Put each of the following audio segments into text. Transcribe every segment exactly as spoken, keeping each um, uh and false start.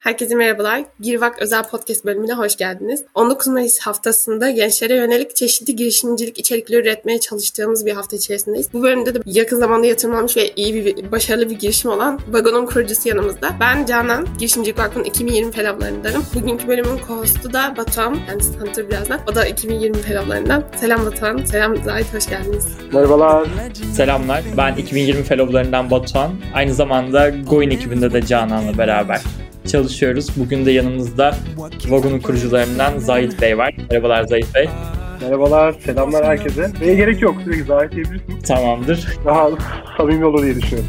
Herkese merhabalar. Girvak özel podcast bölümüne hoş geldiniz. on dokuz Mayıs haftasında gençlere yönelik çeşitli girişimcilik içerikleri üretmeye çalıştığımız bir hafta içerisindeyiz. Bu bölümde de yakın zamanda yatırımlanmış ve iyi bir, başarılı bir girişim olan Vagon'un kurucusu yanımızda. Ben Canan, Girişimcilik Vakfı'nın iki bin yirmi fellowlarındanım. Bugünkü bölümün co-host'u da Batuhan, kendisi tanıtır birazdan. O da iki bin yirmi fellowlarından. Selam Batuhan, selam Zahit, hoş geldiniz. Merhabalar. Selamlar, ben iki bin yirmi fellowlarından Batuhan. Aynı zamanda Goin ekibinde de Canan'la beraber çalışıyoruz. Bugün de yanımızda Vagon'un kurucularından Zahit Bey var. Merhabalar Zahit Bey. Merhabalar, selamlar herkese. Neye gerek yok, sürekli Zahit diyebilirsiniz. Tamamdır. Daha samimi olur diye düşünüyorum.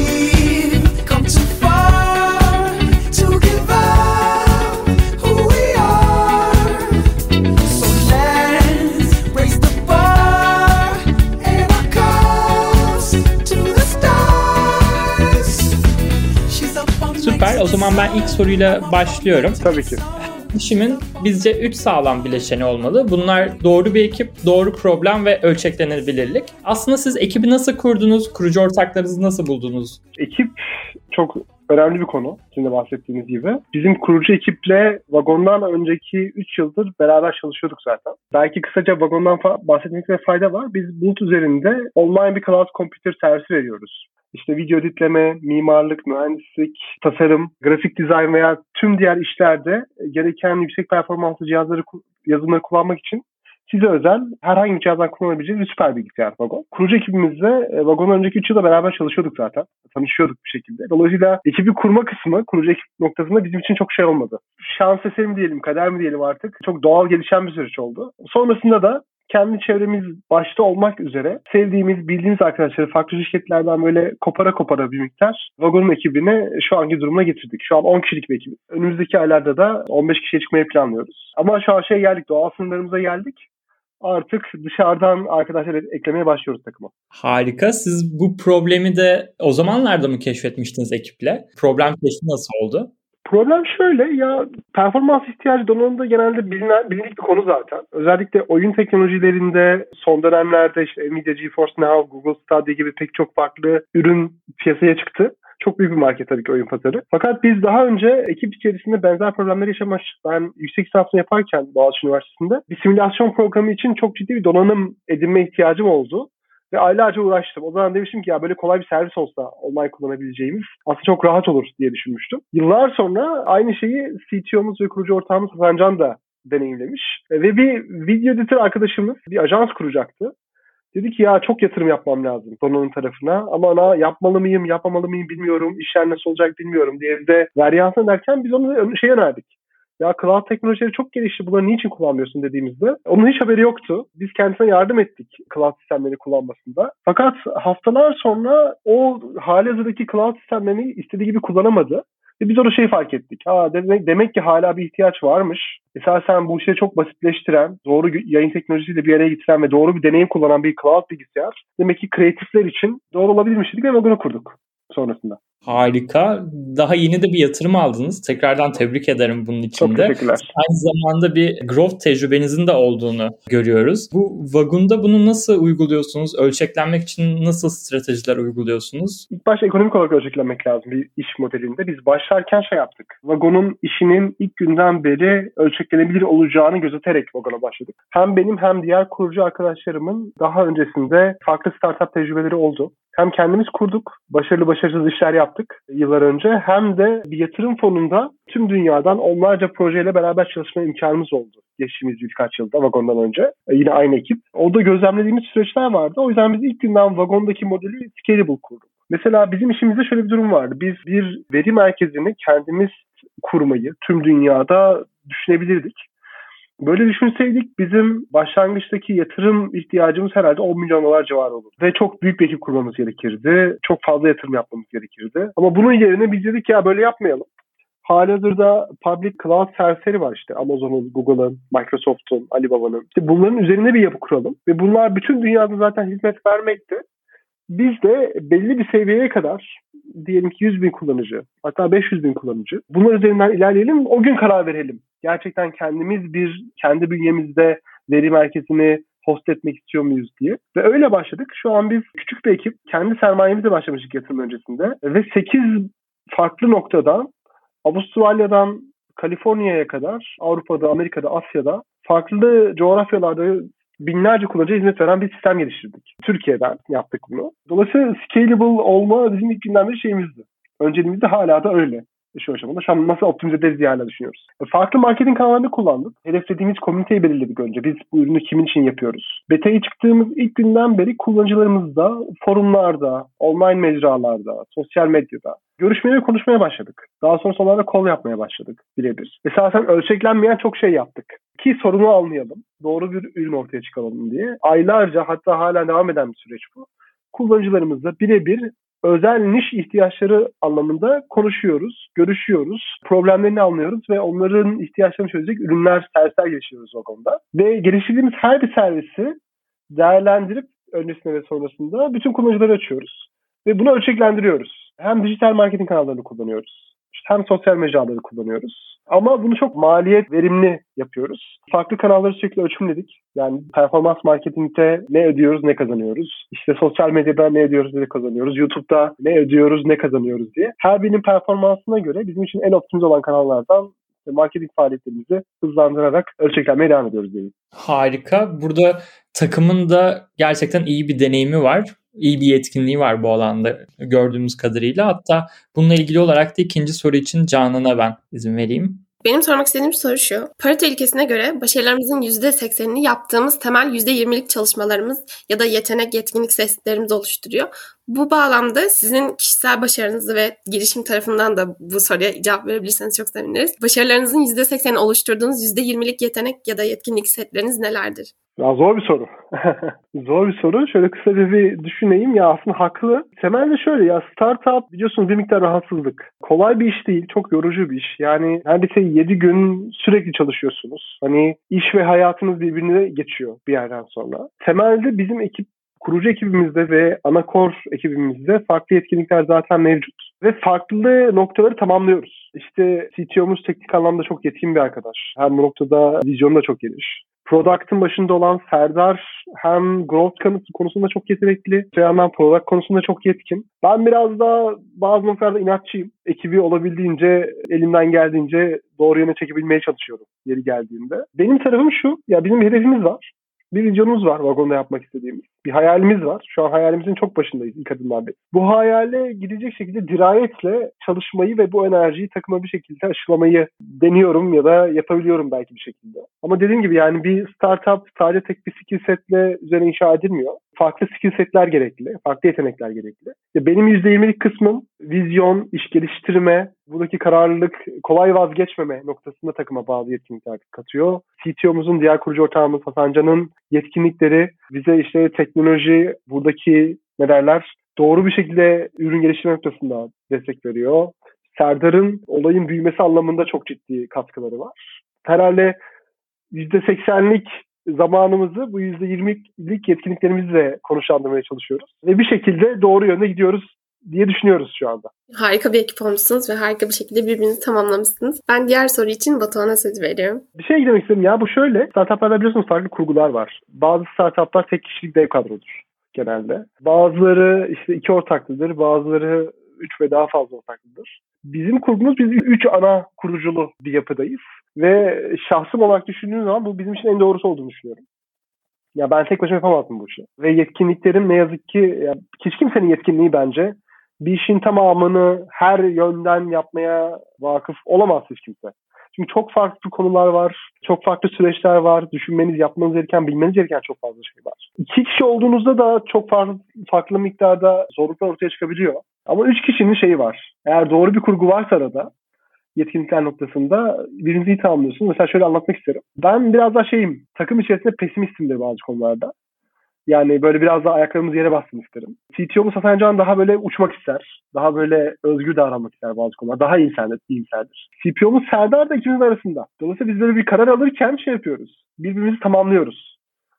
Süper. O zaman ben ilk soruyla başlıyorum. Tabii ki. İşimin bizce üç sağlam bileşeni olmalı. Bunlar doğru bir ekip, doğru problem ve ölçeklenebilirlik. Aslında siz ekibi nasıl kurdunuz? Kurucu ortaklarınızı nasıl buldunuz? Ekip çok önemli bir konu. Sizin de bahsettiğiniz gibi. Bizim kurucu ekiple Vagon'dan önceki üç yıldır beraber çalışıyorduk zaten. Belki kısaca Vagon'dan fa- bahsetmekte fayda var. Biz bulut üzerinde online bir cloud computer servisi veriyoruz. İşte video editleme, mimarlık, mühendislik, tasarım, grafik dizayn veya tüm diğer işlerde gereken yüksek performanslı cihazları, yazılımları kullanmak için size özel herhangi bir cihazdan kullanabileceğiniz bir süper bilgisayar Vagon. Kurucu ekibimizle Vagon'un önceki üç yılda beraber çalışıyorduk zaten. Tanışıyorduk bir şekilde. Dolayısıyla ekibi kurma kısmı kurucu ekip noktasında bizim için çok şey olmadı. Şans eseri mi diyelim, kader mi diyelim artık. Çok doğal gelişen bir süreç oldu. Sonrasında da kendi çevremiz başta olmak üzere sevdiğimiz, bildiğimiz arkadaşları farklı şirketlerden böyle kopara kopara bir miktar Vagon'un ekibini şu anki durumuna getirdik. Şu an on kişilik bir ekip. Önümüzdeki aylarda da on beş kişiye çıkmayı planlıyoruz. Ama şu an şey geldik, doğal sınırlarımıza geldik. Artık dışarıdan arkadaşlar eklemeye başlıyoruz takıma. Harika. Siz bu problemi de o zamanlarda mı keşfetmiştiniz ekiple? Problem keşfi nasıl oldu? Problem şöyle ya, performans ihtiyacı donanımda genelde bilinen, bilindik bir konu zaten. Özellikle oyun teknolojilerinde son dönemlerde işte Nvidia GeForce Now, Google Stadia gibi pek çok farklı ürün piyasaya çıktı. Çok büyük bir market tabii ki oyun pazarı. Fakat biz daha önce ekip içerisinde benzer problemleri yaşamış. Ben yüksek lisansını yaparken Boğaziçi Üniversitesi'nde bir simülasyon programı için çok ciddi bir donanım edinme ihtiyacım oldu. Ve aylarca uğraştım. O zaman demiştim ki ya böyle kolay bir servis olsa online kullanabileceğimiz aslında çok rahat olur diye düşünmüştüm. Yıllar sonra aynı şeyi C T O'muz ve kurucu ortağımız Hasan Can da deneyimlemiş. Ve bir video editör arkadaşımız bir ajans kuracaktı. Dedi ki ya çok yatırım yapmam lazım donanım tarafına. Ama ana yapmalı mıyım, yapmamalı mıyım bilmiyorum. İşler nasıl olacak bilmiyorum diye de varyansın derken biz onu şey önerdik. Ya cloud teknolojileri çok gelişti. Bunları niçin kullanmıyorsun dediğimizde onun hiç haberi yoktu. Biz kendisine yardım ettik cloud sistemleri kullanmasında. Fakat haftalar sonra o halihazırdaki cloud sistemlerini istediği gibi kullanamadı. Ve biz orada şey fark ettik. Ha, demek, demek ki hala bir ihtiyaç varmış. Esasen bu işleri çok basitleştiren, doğru yayın teknolojisiyle bir araya getiren ve doğru bir deneyim kullanan bir cloud bilgisayar demek ki kreatifler için doğru olabilirmiş dedik ve Vagon'u kurduk sonrasında. Harika. Daha yeni de bir yatırım aldınız. Tekrardan tebrik ederim bunun için de. Çok teşekkürler. Aynı zamanda bir growth tecrübenizin de olduğunu görüyoruz. Bu Vagon'da bunu nasıl uyguluyorsunuz? Ölçeklenmek için nasıl stratejiler uyguluyorsunuz? İlk başta ekonomik olarak ölçeklenmek lazım bir iş modelinde. Biz başlarken şey yaptık. Vagon'un işinin ilk günden beri ölçeklenebilir olacağını gözeterek Vagon'a başladık. Hem benim hem diğer kurucu arkadaşlarımın daha öncesinde farklı startup tecrübeleri oldu. Hem kendimiz kurduk, başarılı başarısız işler yaptık yıllar önce. Hem de bir yatırım fonunda tüm dünyadan onlarca projeyle beraber çalışma imkanımız oldu. Geçtiğimiz birkaç yılda Vagon'dan önce. Yine aynı ekip. Orada gözlemlediğimiz süreçler vardı. O yüzden biz ilk günden Vagon'daki modeli scalable kurduk. Mesela bizim işimizde şöyle bir durum vardı. Biz bir veri merkezini kendimiz kurmayı tüm dünyada düşünebilirdik. Böyle düşünseydik bizim başlangıçtaki yatırım ihtiyacımız herhalde on milyon dolar civarı olur. Ve çok büyük bir ekip kurmamız gerekirdi. Çok fazla yatırım yapmamız gerekirdi. Ama bunun yerine biz dedik ya böyle yapmayalım. Halihazırda public cloud servisleri var işte. Amazon'un, Google'ın, Microsoft'un, Alibaba'nın. İşte bunların üzerine bir yapı kuralım. Ve bunlar bütün dünyada zaten hizmet vermekte. Biz de belli bir seviyeye kadar diyelim ki yüz bin kullanıcı, hatta beş yüz bin kullanıcı. Bunlar üzerinden ilerleyelim, o gün karar verelim. Gerçekten kendimiz bir, kendi bünyemizde veri merkezini host etmek istiyor muyuz diye. Ve öyle başladık. Şu an biz küçük bir ekip, kendi sermayemizle başlamıştık yatırım öncesinde. Ve sekiz farklı noktadan Avustralya'dan Kaliforniya'ya kadar Avrupa'da, Amerika'da, Asya'da farklı coğrafyalarda binlerce kullanıcıya hizmet veren bir sistem geliştirdik. Türkiye'den yaptık bunu. Dolayısıyla scalable olma bizim ilk günden beri şeyimizdi. Önceliğimiz de hala da öyle. Şu aşamada şu an nasıl optimize ederiz diye hala düşünüyoruz. Farklı marketing kanallarını kullandık. Hedeflediğimiz komüniteyi belirledik önce. Biz bu ürünü kimin için yapıyoruz? Beta'ya çıktığımız ilk günden beri kullanıcılarımızla forumlarda, online mecralarda, sosyal medyada görüşmeye ve konuşmaya başladık. Daha sonra onlarla call yapmaya başladık birebir. Esasen ölçeklenmeyen çok şey yaptık. Ki sorunu anlayalım. Doğru bir ürün ortaya çıkaralım diye. Aylarca, hatta hala devam eden bir süreç bu. Kullanıcılarımızla birebir özel niş ihtiyaçları anlamında konuşuyoruz, görüşüyoruz, problemlerini anlıyoruz ve onların ihtiyaçlarını çözecek ürünler, servisler geliştiriyoruz o konuda. Ve geliştirdiğimiz her bir servisi değerlendirip öncesinde ve sonrasında bütün kullanıcıları açıyoruz. Ve bunu ölçeklendiriyoruz. Hem dijital marketing kanallarını kullanıyoruz, hem sosyal mecraları kullanıyoruz. Ama bunu çok maliyet verimli yapıyoruz. Farklı kanalları sürekli ölçümledik. Yani performans marketingte ne ödüyoruz, ne kazanıyoruz. İşte sosyal medyada ne ödüyoruz, ne kazanıyoruz. YouTube'da ne ödüyoruz, ne kazanıyoruz diye. Her birinin performansına göre bizim için en optimize olan kanallardan marketing faaliyetlerimizi hızlandırarak ölçeklenmeye devam ediyoruz diye. Harika. Burada takımın da gerçekten iyi bir deneyimi var. İyi bir yetkinliği var bu alanda gördüğümüz kadarıyla. Hatta bununla ilgili olarak da ikinci soru için Canan'a ben izin vereyim. Benim sormak istediğim soru şu. Pareto ilkesine göre başarılarımızın yüzde seksenini yaptığımız temel yüzde yirmilik çalışmalarımız ya da yetenek, yetkinlik setlerimiz oluşturuyor. Bu bağlamda sizin kişisel başarınızı ve girişim tarafından da bu soruya cevap verebilirseniz çok seviniriz. Başarılarınızın yüzde seksenini oluşturduğunuz yüzde yirmilik yetenek ya da yetkinlik setleriniz nelerdir? Ya zor bir soru. Zor bir soru. Şöyle kısaca bir düşüneyim. Ya aslında haklı. Temelde şöyle ya, startup biliyorsunuz bir miktar rahatsızlık. Kolay bir iş değil. Çok yorucu bir iş. Yani neredeyse yedi gün sürekli çalışıyorsunuz. Hani iş ve hayatınız birbirine geçiyor bir yerden sonra. Temelde bizim ekip, kurucu ekibimizde ve ana core ekibimizde farklı yetkinlikler zaten mevcut. Ve farklı noktaları tamamlıyoruz. İşte C T O'muz teknik anlamda çok yetkin bir arkadaş. Hem bu noktada vizyonu da çok geniş. Product'ın başında olan Serdar hem growth konusunda çok yetenekli, bir yandan product konusunda çok yetkin. Ben biraz da bazı noktalarda inatçıyım. Ekibi olabildiğince, elimden geldiğince doğru yöne çekebilmeye çalışıyorum yeri geldiğinde. Benim tarafım şu, ya bizim bir hedefimiz var. Bir vizyonumuz var Vagon'da yapmak istediğimiz. Bir hayalimiz var. Şu an hayalimizin çok başındayız ilk adımlar beri. Bu hayale gidecek şekilde dirayetle çalışmayı ve bu enerjiyi takıma bir şekilde aşılamayı deniyorum ya da yapabiliyorum belki bir şekilde. Ama dediğim gibi yani bir startup sadece tek bir skill setle üzerine inşa edilmiyor. Farklı skill setler gerekli, farklı yetenekler gerekli. Benim yüzde yirmilik kısmım vizyon, iş geliştirme, buradaki kararlılık, kolay vazgeçmeme noktasında takıma bazı yetkinlikler katıyor. C T O'muzun, diğer kurucu ortağımız Hasan Can'ın yetkinlikleri bize işte teknoloji, buradaki ne derler, doğru bir şekilde ürün geliştirme noktasında destek veriyor. Serdar'ın olayın büyümesi anlamında çok ciddi katkıları var. Herhalde yüzde seksenlik zamanımızı bu yüzde yirmilik yetkinliklerimizle konuşlandırmaya çalışıyoruz. Ve bir şekilde doğru yönde gidiyoruz diye düşünüyoruz şu anda. Harika bir ekip olmuşsunuz ve harika bir şekilde birbirinizi tamamlamışsınız. Ben diğer soru için Batuhan'a söz veriyorum. Bir şey eklemek istedim ya, bu şöyle. Startuplarda biliyorsunuz farklı kurgular var. Bazı startuplar tek kişilik dev kadrodur genelde. Bazıları işte iki ortaklıdır, bazıları üç ve daha fazla ortaklıdır. Bizim kurgumuz, biz üç ana kuruculu bir yapıdayız. Ve şahsım olarak düşündüğüm zaman bu bizim için en doğrusu olduğunu düşünüyorum. Ya ben tek başıma yapamazdım bu işi. Ve yetkinliklerim ne yazık ki, ya hiç kimsenin yetkinliği bence bir işin tamamını her yönden yapmaya vakıf olamaz hiç kimse. Çünkü çok farklı konular var, çok farklı süreçler var, düşünmeniz, yapmanız gereken, bilmeniz gereken çok fazla şey var. İki kişi olduğunuzda da çok farklı, farklı miktarda zorluklar ortaya çıkabiliyor. Ama üç kişinin şeyi var. Eğer doğru bir kurgu varsa arada, yetkinlikler noktasında birbirinizi iyi tamamlıyorsunuz. Mesela şöyle anlatmak isterim. Ben biraz daha şeyim, takım içerisinde pesimistimdir bazı konularda. Yani böyle biraz daha ayaklarımız yere bassın isterim. C T O'muz Hasan Can daha böyle uçmak ister. Daha böyle özgür davranmak ister bazı konular. Daha iyimserdir. iyimserdir. C P O'muz Serdar da ikimiz arasında. Dolayısıyla biz böyle bir karar alırken şey yapıyoruz. Birbirimizi tamamlıyoruz.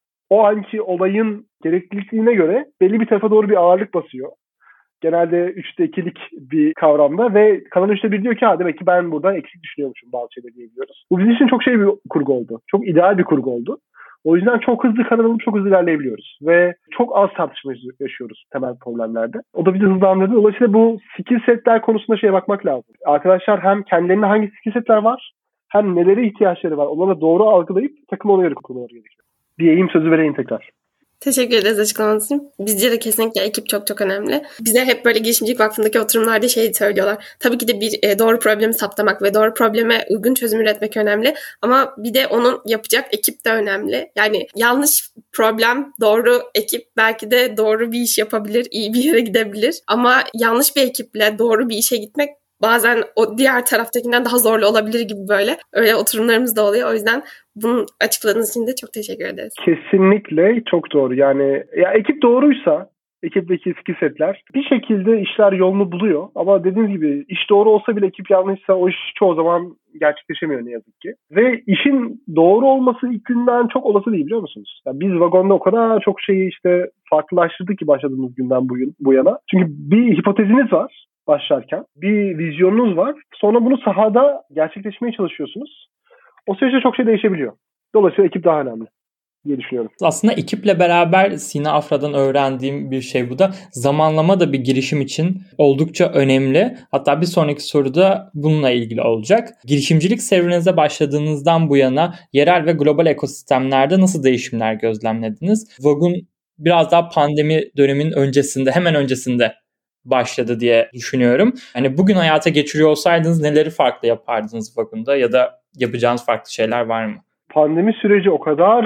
O anki olayın gerekliliğine göre belli bir tarafa doğru bir ağırlık basıyor. Genelde üçte ikilik bir kavramda ve kalan üçte bir diyor ki ha demek ki ben burada eksik düşünüyormuşum bazı şeyleri diyebiliyoruz. Bu bizim için çok şey bir kurgu oldu. Çok ideal bir kurgu oldu. O yüzden çok hızlı karar alıp çok hızlı ilerleyebiliyoruz. Ve çok az tartışma yaşıyoruz temel problemlerde. O da bizi hızlandırdı. Dolayısıyla bu skill setler konusunda şeye bakmak lazım. Arkadaşlar hem kendilerine hangi skill setler var hem nelere ihtiyaçları var. Onları doğru algılayıp takım ona göre kurmaları gerekiyor. Diyeyim, sözü vereyim tekrar. Teşekkür ederiz açıklamanız için. Bizce de kesinlikle ekip çok çok önemli. Bize hep böyle Girişimcilik Vakfı'ndaki oturumlarda şey söylüyorlar. Tabii ki de bir e, doğru problemi saptamak ve doğru probleme uygun çözüm üretmek önemli. Ama bir de onun yapacak ekip de önemli. Yani yanlış problem, doğru ekip belki de doğru bir iş yapabilir, iyi bir yere gidebilir. Ama yanlış bir ekiple doğru bir işe gitmek bazen o diğer taraftakinden daha zorlu olabilir gibi böyle. Öyle oturumlarımız da oluyor. O yüzden bunu açıkladığınız için de çok teşekkür ederiz. Kesinlikle çok doğru. Yani ya ekip doğruysa, ekipteki skill setler bir şekilde işler yolunu buluyor. Ama dediğiniz gibi iş doğru olsa bile ekip yanlışsa o iş çoğu zaman gerçekleşemiyor ne yazık ki. Ve işin doğru olması ilk günden çok olası değil, biliyor musunuz? Yani biz vagonda o kadar çok şeyi işte farklılaştırdık ki başladığımız günden bu, bu yana. Çünkü bir hipoteziniz var başlarken. Bir vizyonunuz var. Sonra bunu sahada gerçekleşmeye çalışıyorsunuz. O süreçte çok şey değişebiliyor. Dolayısıyla ekip daha önemli diye düşünüyorum. Aslında ekiple beraber Sina Afra'dan öğrendiğim bir şey bu da. Zamanlama da bir girişim için oldukça önemli. Hatta bir sonraki soruda bununla ilgili olacak. Girişimcilik serüveninize başladığınızdan bu yana yerel ve global ekosistemlerde nasıl değişimler gözlemlediniz? Vogue'un biraz daha pandemi döneminin öncesinde, hemen öncesinde başladı diye düşünüyorum. Hani bugün hayata geçiriyor olsaydınız neleri farklı yapardınız Vogue'da ya da yapacağınız farklı şeyler var mı? Pandemi süreci o kadar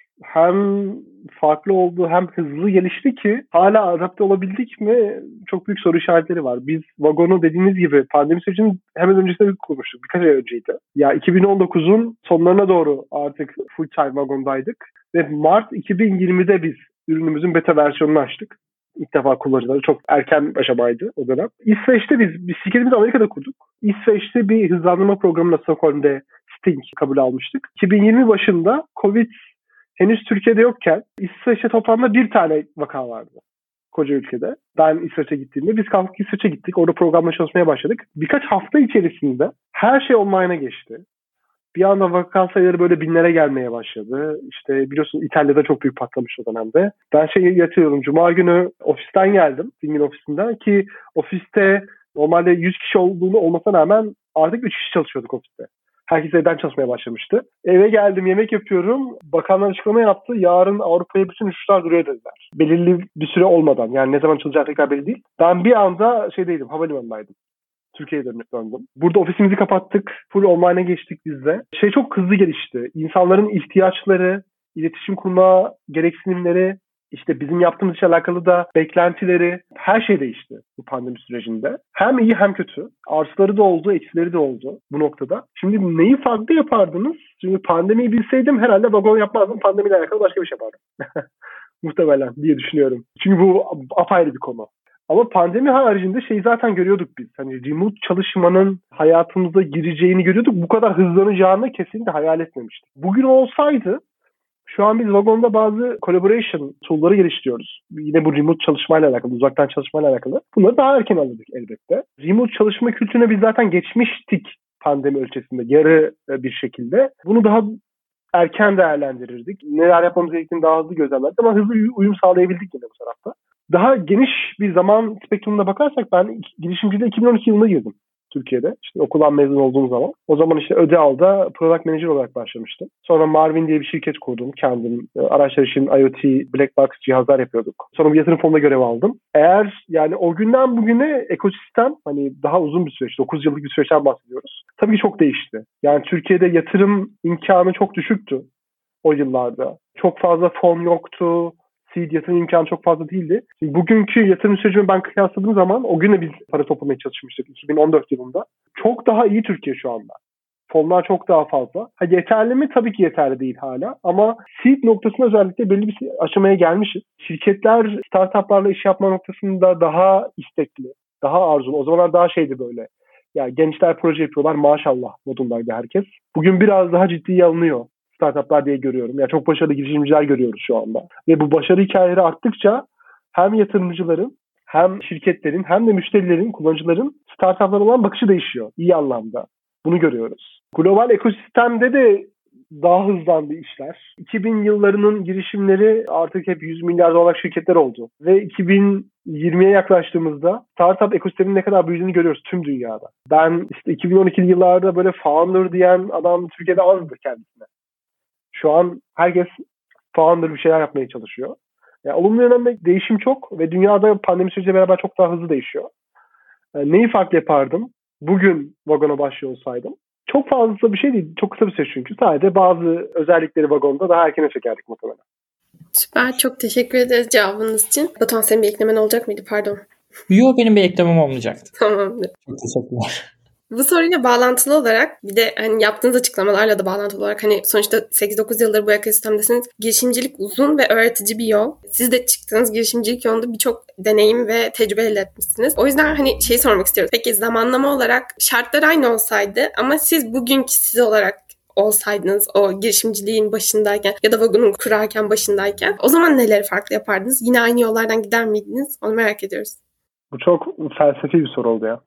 hem farklı oldu hem hızlı gelişti ki hala adapte olabildik mi çok büyük soru işaretleri var. Biz Vogue'u dediğiniz gibi pandemi sürecinin hemen öncesinde kurmuştuk. Birkaç ay önceydi. Ya iki bin on dokuzun sonlarına doğru artık full time Vogue'daydık. Ve Mart iki bin yirmide biz ürünümüzün beta versiyonunu açtık. İlk defa kullanıcıları çok erken aşamaydı o dönem. İsveç'te biz, biz şirketimizi Amerika'da kurduk. İsveç'te bir hızlandırma programına Stockholm'de Sting kabul almıştık. iki bin yirmi başında Covid henüz Türkiye'de yokken İsveç'te toplamda bir tane vaka vardı. Koca ülkede. Ben İsveç'e gittiğimde biz kalkıp İsveç'e gittik. Orada programla çalışmaya başladık. Birkaç hafta içerisinde her şey online'a geçti. Bir anda vaka sayıları böyle binlere gelmeye başladı. İşte biliyorsun İtalya'da çok büyük patlamış o dönemde. Ben şey yatıyorum. Cuma günü ofisten geldim. Sting'in ofisinden ki ofiste normalde yüz kişi olduğunu olmasına rağmen artık üç kişi çalışıyorduk ofiste. Herkes evden çalışmaya başlamıştı. Eve geldim, yemek yapıyorum. Bakanlar açıklama yaptı. Yarın Avrupa'ya bütün uçuşlar duruyor dediler. Belirli bir süre olmadan. Yani ne zaman açılacağı tekrar belli değil. Ben bir anda şeydeydim, havalimanındaydım. Türkiye'ye döndüm. Burada ofisimizi kapattık. Full online'a geçtik biz de. Şey çok hızlı gelişti. İnsanların ihtiyaçları, iletişim kurma gereksinimleri, işte bizim yaptığımız işle alakalı da beklentileri, her şey değişti bu pandemi sürecinde. Hem iyi hem kötü. Artıları da oldu, eksileri de oldu bu noktada. Şimdi neyi farklı yapardınız? Çünkü pandemiyi bilseydim herhalde vagon yapmazdım. Pandemiyle alakalı başka bir şey yapardım. Muhtemelen diye düşünüyorum. Çünkü bu apayrı bir konu. Ama pandemi haricinde şeyi zaten görüyorduk biz. Hani remote çalışmanın hayatımıza gireceğini görüyorduk. Bu kadar hızlanacağını kesinlikle hayal etmemiştik. Bugün olsaydı şu an biz Vogue'da bazı collaboration tool'ları geliştiriyoruz. Yine bu remote çalışmayla alakalı, uzaktan çalışmayla alakalı. Bunları daha erken alırdık elbette. Remote çalışma kültürüne biz zaten geçmiştik pandemi ölçüsünde yarı bir şekilde. Bunu daha erken değerlendirirdik. Neler yapmamız gerektiğini daha hızlı gözlemlerdik ama hızlı uyum sağlayabildik yine bu tarafta. Daha geniş bir zaman spektrumuna bakarsak ben girişimciliğe iki bin on iki yılında girdim Türkiye'de. İşte okuldan mezun olduğum zaman. O zaman işte Ödeal'da Product Manager olarak başlamıştım. Sonra Marvin diye bir şirket kurdum. Kendim araçlar için IoT, Black Box cihazlar yapıyorduk. Sonra bir yatırım fonunda görev aldım. Eğer yani o günden bugüne ekosistem hani daha uzun bir süreç, dokuz yıllık bir süreçten bahsediyoruz. Tabii ki çok değişti. Yani Türkiye'de yatırım imkanı çok düşüktü o yıllarda. Çok fazla fon yoktu. Seed yatırım imkanı çok fazla değildi. Şimdi bugünkü yatırım sürecimi ben kıyasladığım zaman o gün de biz para toplamaya çalışmıştık iki bin on dört yılında. Çok daha iyi Türkiye şu anda. Fonlar çok daha fazla. Ha, yeterli mi? Tabii ki yeterli değil hala. Ama seed noktasında özellikle belli bir aşamaya gelmişiz. Şirketler startuplarla iş yapma noktasında daha istekli, daha arzulu. O zamanlar daha şeydi böyle. Ya gençler proje yapıyorlar maşallah modundaydı herkes. Bugün biraz daha ciddiye alınıyor startuplar diye görüyorum. Yani çok başarılı girişimciler görüyoruz şu anda. Ve bu başarı hikayeleri arttıkça hem yatırımcıların hem şirketlerin hem de müşterilerin, kullanıcıların startuplara olan bakışı değişiyor. İyi anlamda. Bunu görüyoruz. Global ekosistemde de daha hızlandı işler. iki bin yıllarının girişimleri artık hep yüz milyar dolarlık şirketler oldu. Ve iki bin yirmiye yaklaştığımızda startup ekosisteminin ne kadar büyüdüğünü görüyoruz tüm dünyada. Ben işte iki bin on ikili yıllarda böyle founder diyen adam Türkiye'de azdı kendisine. Şu an herkes founder bir şeyler yapmaya çalışıyor. Yani olumlu yönde değişim çok ve dünyada pandemi süreciyle beraber çok daha hızlı değişiyor. Yani neyi farklı yapardım? Bugün Vagon'a başlıyor olsaydım. Çok fazla bir şey değil. Çok kısa bir süre çünkü. Sadece bazı özellikleri Vagon'da daha erkene çekerdik muhtemelen. Süper. Çok teşekkür ederiz cevabınız için. Batuhan, senin bir eklemen olacak mıydı? Pardon. Yok, benim bir eklemem olmayacaktı. Tamamdır. Çok teşekkürler. Bu soruyla bağlantılı olarak bir de hani yaptığınız açıklamalarla da bağlantılı olarak hani sonuçta sekiz dokuz yıldır bu ekosistemdesiniz. Girişimcilik uzun ve öğretici bir yol. Siz de çıktığınız girişimcilik yolunda birçok deneyim ve tecrübe elde etmişsiniz. O yüzden hani şeyi sormak istiyoruz. Peki zamanlama olarak şartlar aynı olsaydı ama siz bugünkü siz olarak olsaydınız o girişimciliğin başındayken ya da Vagon'u kurarken başındayken o zaman neleri farklı yapardınız? Yine aynı yollardan gider miydiniz? Onu merak ediyoruz. Bu çok felsefi bir soru oldu ya.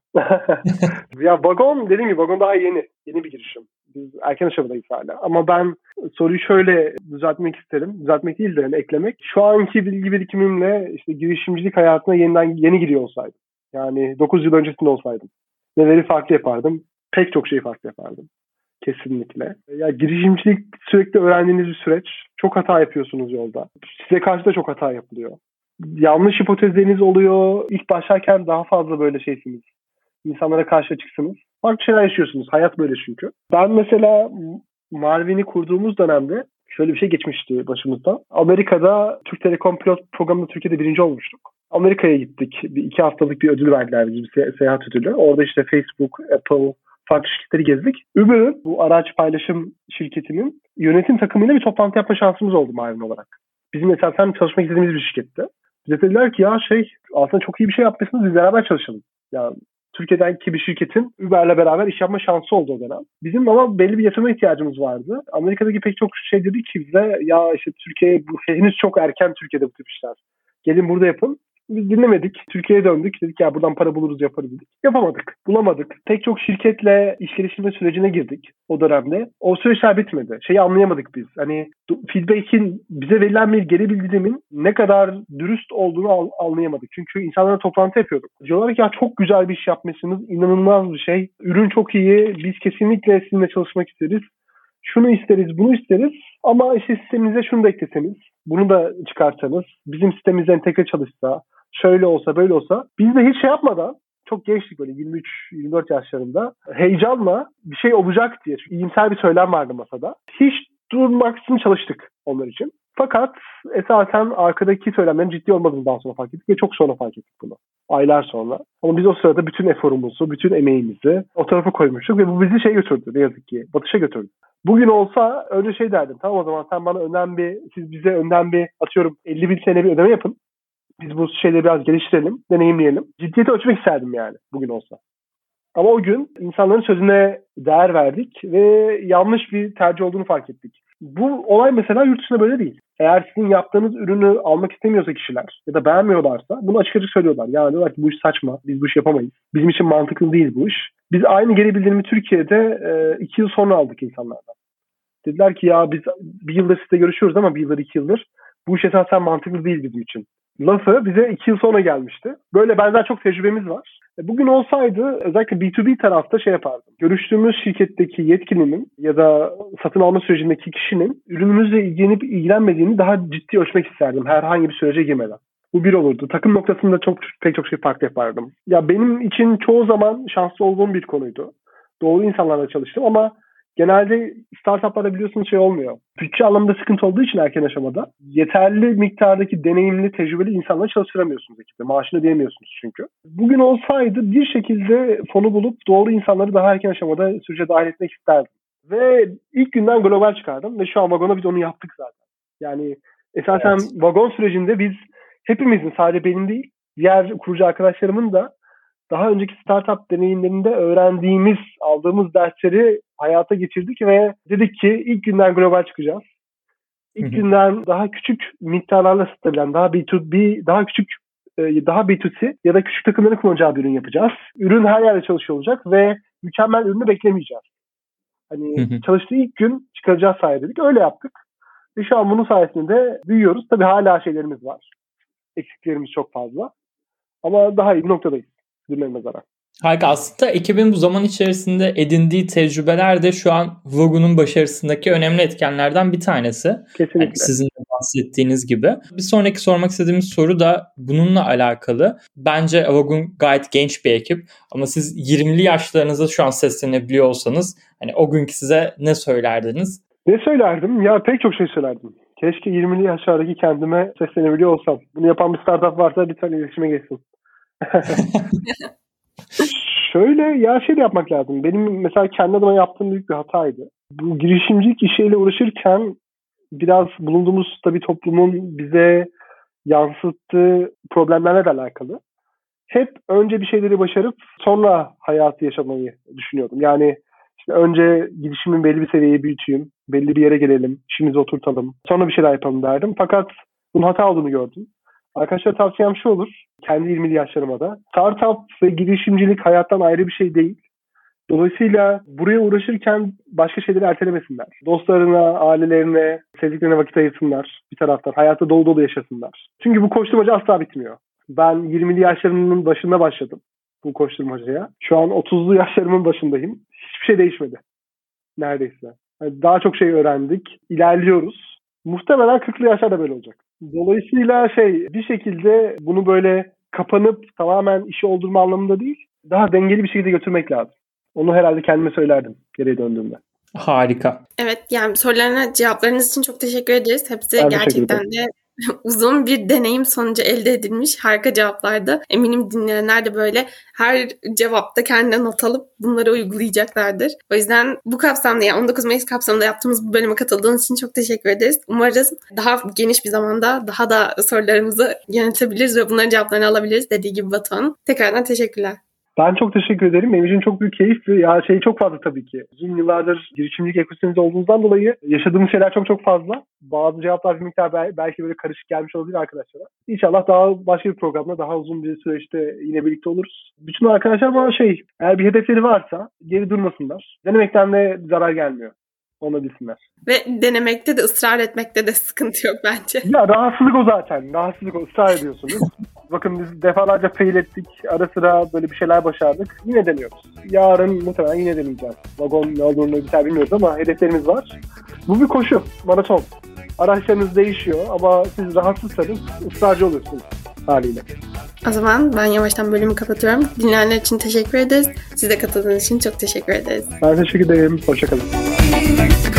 Ya Vagon, dediğim gibi Vagon daha yeni. Yeni bir girişim. Biz erken aşamadayız hala. Ama ben soruyu şöyle düzeltmek isterim. Düzeltmek değil de yani eklemek. Şu anki bilgi birikimimle işte girişimcilik hayatına yeniden yeni giriyor olsaydım. Yani dokuz yıl öncesinde olsaydım. Neleri farklı yapardım? Pek çok şeyi farklı yapardım. Kesinlikle. Ya girişimcilik sürekli öğrendiğiniz bir süreç. Çok hata yapıyorsunuz yolda. Size karşı da çok hata yapılıyor. Yanlış hipotezleriniz oluyor. İlk başlarken daha fazla böyle şeysiniz. İnsanlara karşı açıksınız. Farklı şeyler yaşıyorsunuz. Hayat böyle çünkü. Ben mesela Marvin'i kurduğumuz dönemde şöyle bir şey geçmişti başımızdan. Amerika'da Türk Telekom pilot programında Türkiye'de birinci olmuştuk. Amerika'ya gittik. Bir iki haftalık bir ödül verdiler bize, bir se- seyahat ödülü. Orada işte Facebook, Apple, farklı şirketleri gezdik. Uber'ın, bu araç paylaşım şirketinin yönetim takımıyla bir toplantı yapma şansımız oldu Marvin olarak. Bizim esasen çalışmak istediğimiz bir şirketti. Bize dediler ki ya şey aslında çok iyi bir şey yapmışsınız, biz beraber çalışalım. Ya Türkiye'deki bir şirketin Uber'le beraber iş yapma şansı oldu o dönem. Bizim ama belli bir yatırıma ihtiyacımız vardı. Amerika'daki pek çok şey dedi ki bize ya işte Türkiye bu henüz çok erken Türkiye'de bu tip işler. Gelin burada yapın. Biz dinlemedik. Türkiye'ye döndük. Dedik ya buradan para buluruz yaparız dedik. Yapamadık. Bulamadık. Pek çok şirketle iş geliştirme sürecine girdik o dönemde. O süreçler bitmedi. Şeyi anlayamadık biz. Hani feedback'in bize verilen bir geri bildirimin ne kadar dürüst olduğunu al- anlayamadık. Çünkü insanlarla toplantı yapıyorduk. Diyorlar ki ya çok güzel bir iş yapmışsınız. İnanılmaz bir şey. Ürün çok iyi. Biz kesinlikle sizinle çalışmak isteriz. Şunu isteriz, bunu isteriz. Ama işte sisteminize şunu da ekleseniz, bunu da çıkarsanız, bizim sistemimize entegre çalışsa, şöyle olsa böyle olsa, biz de hiç şey yapmadan, çok gençtik böyle yirmi üç yirmi dört yaşlarında, heyecanla bir şey olacak diye, çünkü iyimser bir söylem vardı masada. Hiç durmaksızın çalıştık onlar için. Fakat esasen arkadaki söylemlerin ciddi olmadığını daha sonra fark ettik ve çok sonra fark ettik bunu. Aylar sonra. Ama biz o sırada bütün eforumuzu, bütün emeğimizi o tarafa koymuştuk ve bu bizi şey götürdü ne yazık ki, batışa götürdü. Bugün olsa önce şey derdim, tamam o zaman sen bana önden bir, siz bize önden bir atıyorum elli bin sene bir ödeme yapın. Biz bu şeyleri biraz geliştirelim, deneyimleyelim. Ciddiyeti ölçmek isterdim yani bugün olsa. Ama o gün insanların sözüne değer verdik ve yanlış bir tercih olduğunu fark ettik. Bu olay mesela yurt dışında böyle değil. Eğer sizin yaptığınız ürünü almak istemiyorsa kişiler ya da beğenmiyorlarsa bunu açık açık söylüyorlar. Yani diyorlar ki bu iş saçma, biz bu iş yapamayız. Bizim için mantıklı değil bu iş. Biz aynı geri bildirimi Türkiye'de e, iki yıl sonra aldık insanlardan. Dediler ki ya biz bir yıldır sizle görüşüyoruz ama bir yıldır iki yıldır bu iş esasen mantıklı değil bizim için. Lafı bize iki yıl sonra gelmişti. Böyle benzer çok tecrübemiz var. Bugün olsaydı özellikle B iki B tarafta şey yapardım. Görüştüğümüz şirketteki yetkilinin ya da satın alma sürecindeki kişinin ürünümüzle ilgilenip ilgilenmediğini daha ciddi ölçmek isterdim herhangi bir sürece girmeden. Bu bir olurdu. Takım noktasında çok pek çok şey farklı yapardım. Ya benim için çoğu zaman şanslı olduğum bir konuydu. Doğru insanlarla çalıştım ama genelde startuplarda biliyorsunuz şey olmuyor. Bütçe anlamında sıkıntı olduğu için erken aşamada yeterli miktardaki deneyimli, tecrübeli insanla çalıştıramıyorsunuz ekipte. Maaşını ödeyemiyorsunuz çünkü. Bugün olsaydı bir şekilde fonu bulup doğru insanları daha erken aşamada sürece dahil etmek isterdim. Ve ilk günden global çıkardım ve şu an Vagon'a biz onu yaptık zaten. Yani esasen evet. Vagon sürecinde biz hepimizin, sadece benim değil, diğer kurucu arkadaşlarımın da daha önceki startup deneyimlerinde öğrendiğimiz, aldığımız dersleri hayata geçirdik ve dedik ki ilk günden global çıkacağız. İlk günden daha küçük miktarlarla satılan, daha B iki B, daha küçük, daha B iki C ya da küçük takımların kullanacağı bir ürün yapacağız. Ürün her yerde çalışıyor olacak ve mükemmel ürünü beklemeyeceğiz. Hani hı hı. çalıştığı ilk gün çıkaracağız sahaya dedik. Öyle yaptık. Ve şu an bunun sayesinde büyüyoruz. Tabii hala şeylerimiz var. Eksiklerimiz çok fazla. Ama daha iyi bir noktadayız. Dünlerine nazaran. Harika. Aslında ekibin bu zaman içerisinde edindiği tecrübeler de şu an Vogu'nun başarısındaki önemli etkenlerden bir tanesi. Kesinlikle. Yani sizin de bahsettiğiniz gibi. Bir sonraki sormak istediğimiz soru da bununla alakalı. Bence Vogu'un gayet genç bir ekip. Ama siz yirmili yaşlarınızda şu an seslenebiliyor olsanız hani o günkü size ne söylerdiniz? Ne söylerdim? Ya pek çok şey söylerdim. Keşke yirmili yaşlardaki kendime seslenebiliyor olsam. Bunu yapan bir startup varsa lütfen iletişime geçsin. Şöyle ya şey de yapmak lazım. Benim mesela kendi adıma yaptığım büyük bir hataydı. Bu girişimcilik işiyle uğraşırken biraz bulunduğumuz tabii toplumun bize yansıttığı problemlerle de alakalı. Hep önce bir şeyleri başarıp sonra hayatı yaşamayı düşünüyordum. Yani işte önce girişimin belli bir seviyeye büyüteyim, belli bir yere gelelim, işimizi oturtalım, sonra bir şeyler yapalım derdim. Fakat bunun hata olduğunu gördüm. Arkadaşlar tavsiyem şu olur, kendi yirmili yaşlarıma da. Startup ve girişimcilik hayattan ayrı bir şey değil. Dolayısıyla buraya uğraşırken başka şeyleri ertelemesinler. Dostlarına, ailelerine, sevdiklerine vakit ayırsınlar bir taraftan. Hayatta dolu dolu yaşasınlar. Çünkü bu koşturmaca asla bitmiyor. Ben yirmili yaşlarımın başında başladım bu koşturmacaya. Şu an otuzlu yaşlarımın başındayım. Hiçbir şey değişmedi. Neredeyse. Yani daha çok şey öğrendik. İlerliyoruz. Muhtemelen kırklı yaşlarda böyle olacak. Dolayısıyla şey bir şekilde bunu böyle kapanıp tamamen işi oldurma anlamında değil, daha dengeli bir şekilde götürmek lazım. Onu herhalde kendime söylerdim geriye döndüğümde. Harika. Evet, yani sorularına cevaplarınız için çok teşekkür ederiz. Hepsi ben gerçekten de uzun bir deneyim sonucu elde edilmiş harika cevaplardı. Eminim dinleyenler de böyle her cevapta kendine not alıp bunları uygulayacaklardır. O yüzden bu kapsamda, yani on dokuz Mayıs kapsamında yaptığımız bu bölüme katıldığınız için çok teşekkür ederiz. Umarız daha geniş bir zamanda daha da sorularımızı yönetebiliriz ve bunların cevaplarını alabiliriz dediği gibi Batuhan. Tekrardan teşekkürler. Ben çok teşekkür ederim. Benim için çok büyük keyif ve ya şey çok fazla tabii ki. Uzun yıllardır girişimcilik ekosisteminde olduğunuzdan dolayı yaşadığımız şeyler çok çok fazla. Bazı cevaplar bir miktar belki böyle karışık gelmiş olabilir arkadaşlara. İnşallah daha başka bir programda daha uzun bir süreçte yine birlikte oluruz. Bütün arkadaşlar bana şey, eğer bir hedefleri varsa geri durmasınlar. Denemekten de zarar gelmiyor. Onu bilsinler. Ve denemekte de ısrar etmekte de sıkıntı yok bence. Ya rahatsızlık o zaten. Rahatsızlık o. Israr ediyorsunuz. Bakın biz defalarca fail ettik. Ara sıra böyle bir şeyler başardık. Yine deniyoruz. Yarın muhtemelen yine deneyeceğiz. Vagon ne olduğunu biter bilmiyoruz ama hedeflerimiz var. Bu bir koşu. Maraton. Araçlarınız değişiyor ama siz rahatsızsanız ısrarcı oluyorsunuz haliyle. O zaman ben yavaştan bölümü kapatıyorum. Dinleyenler için teşekkür ederiz. Siz de katıldığınız için çok teşekkür ederiz. Ben teşekkür ederim. Hoşçakalın.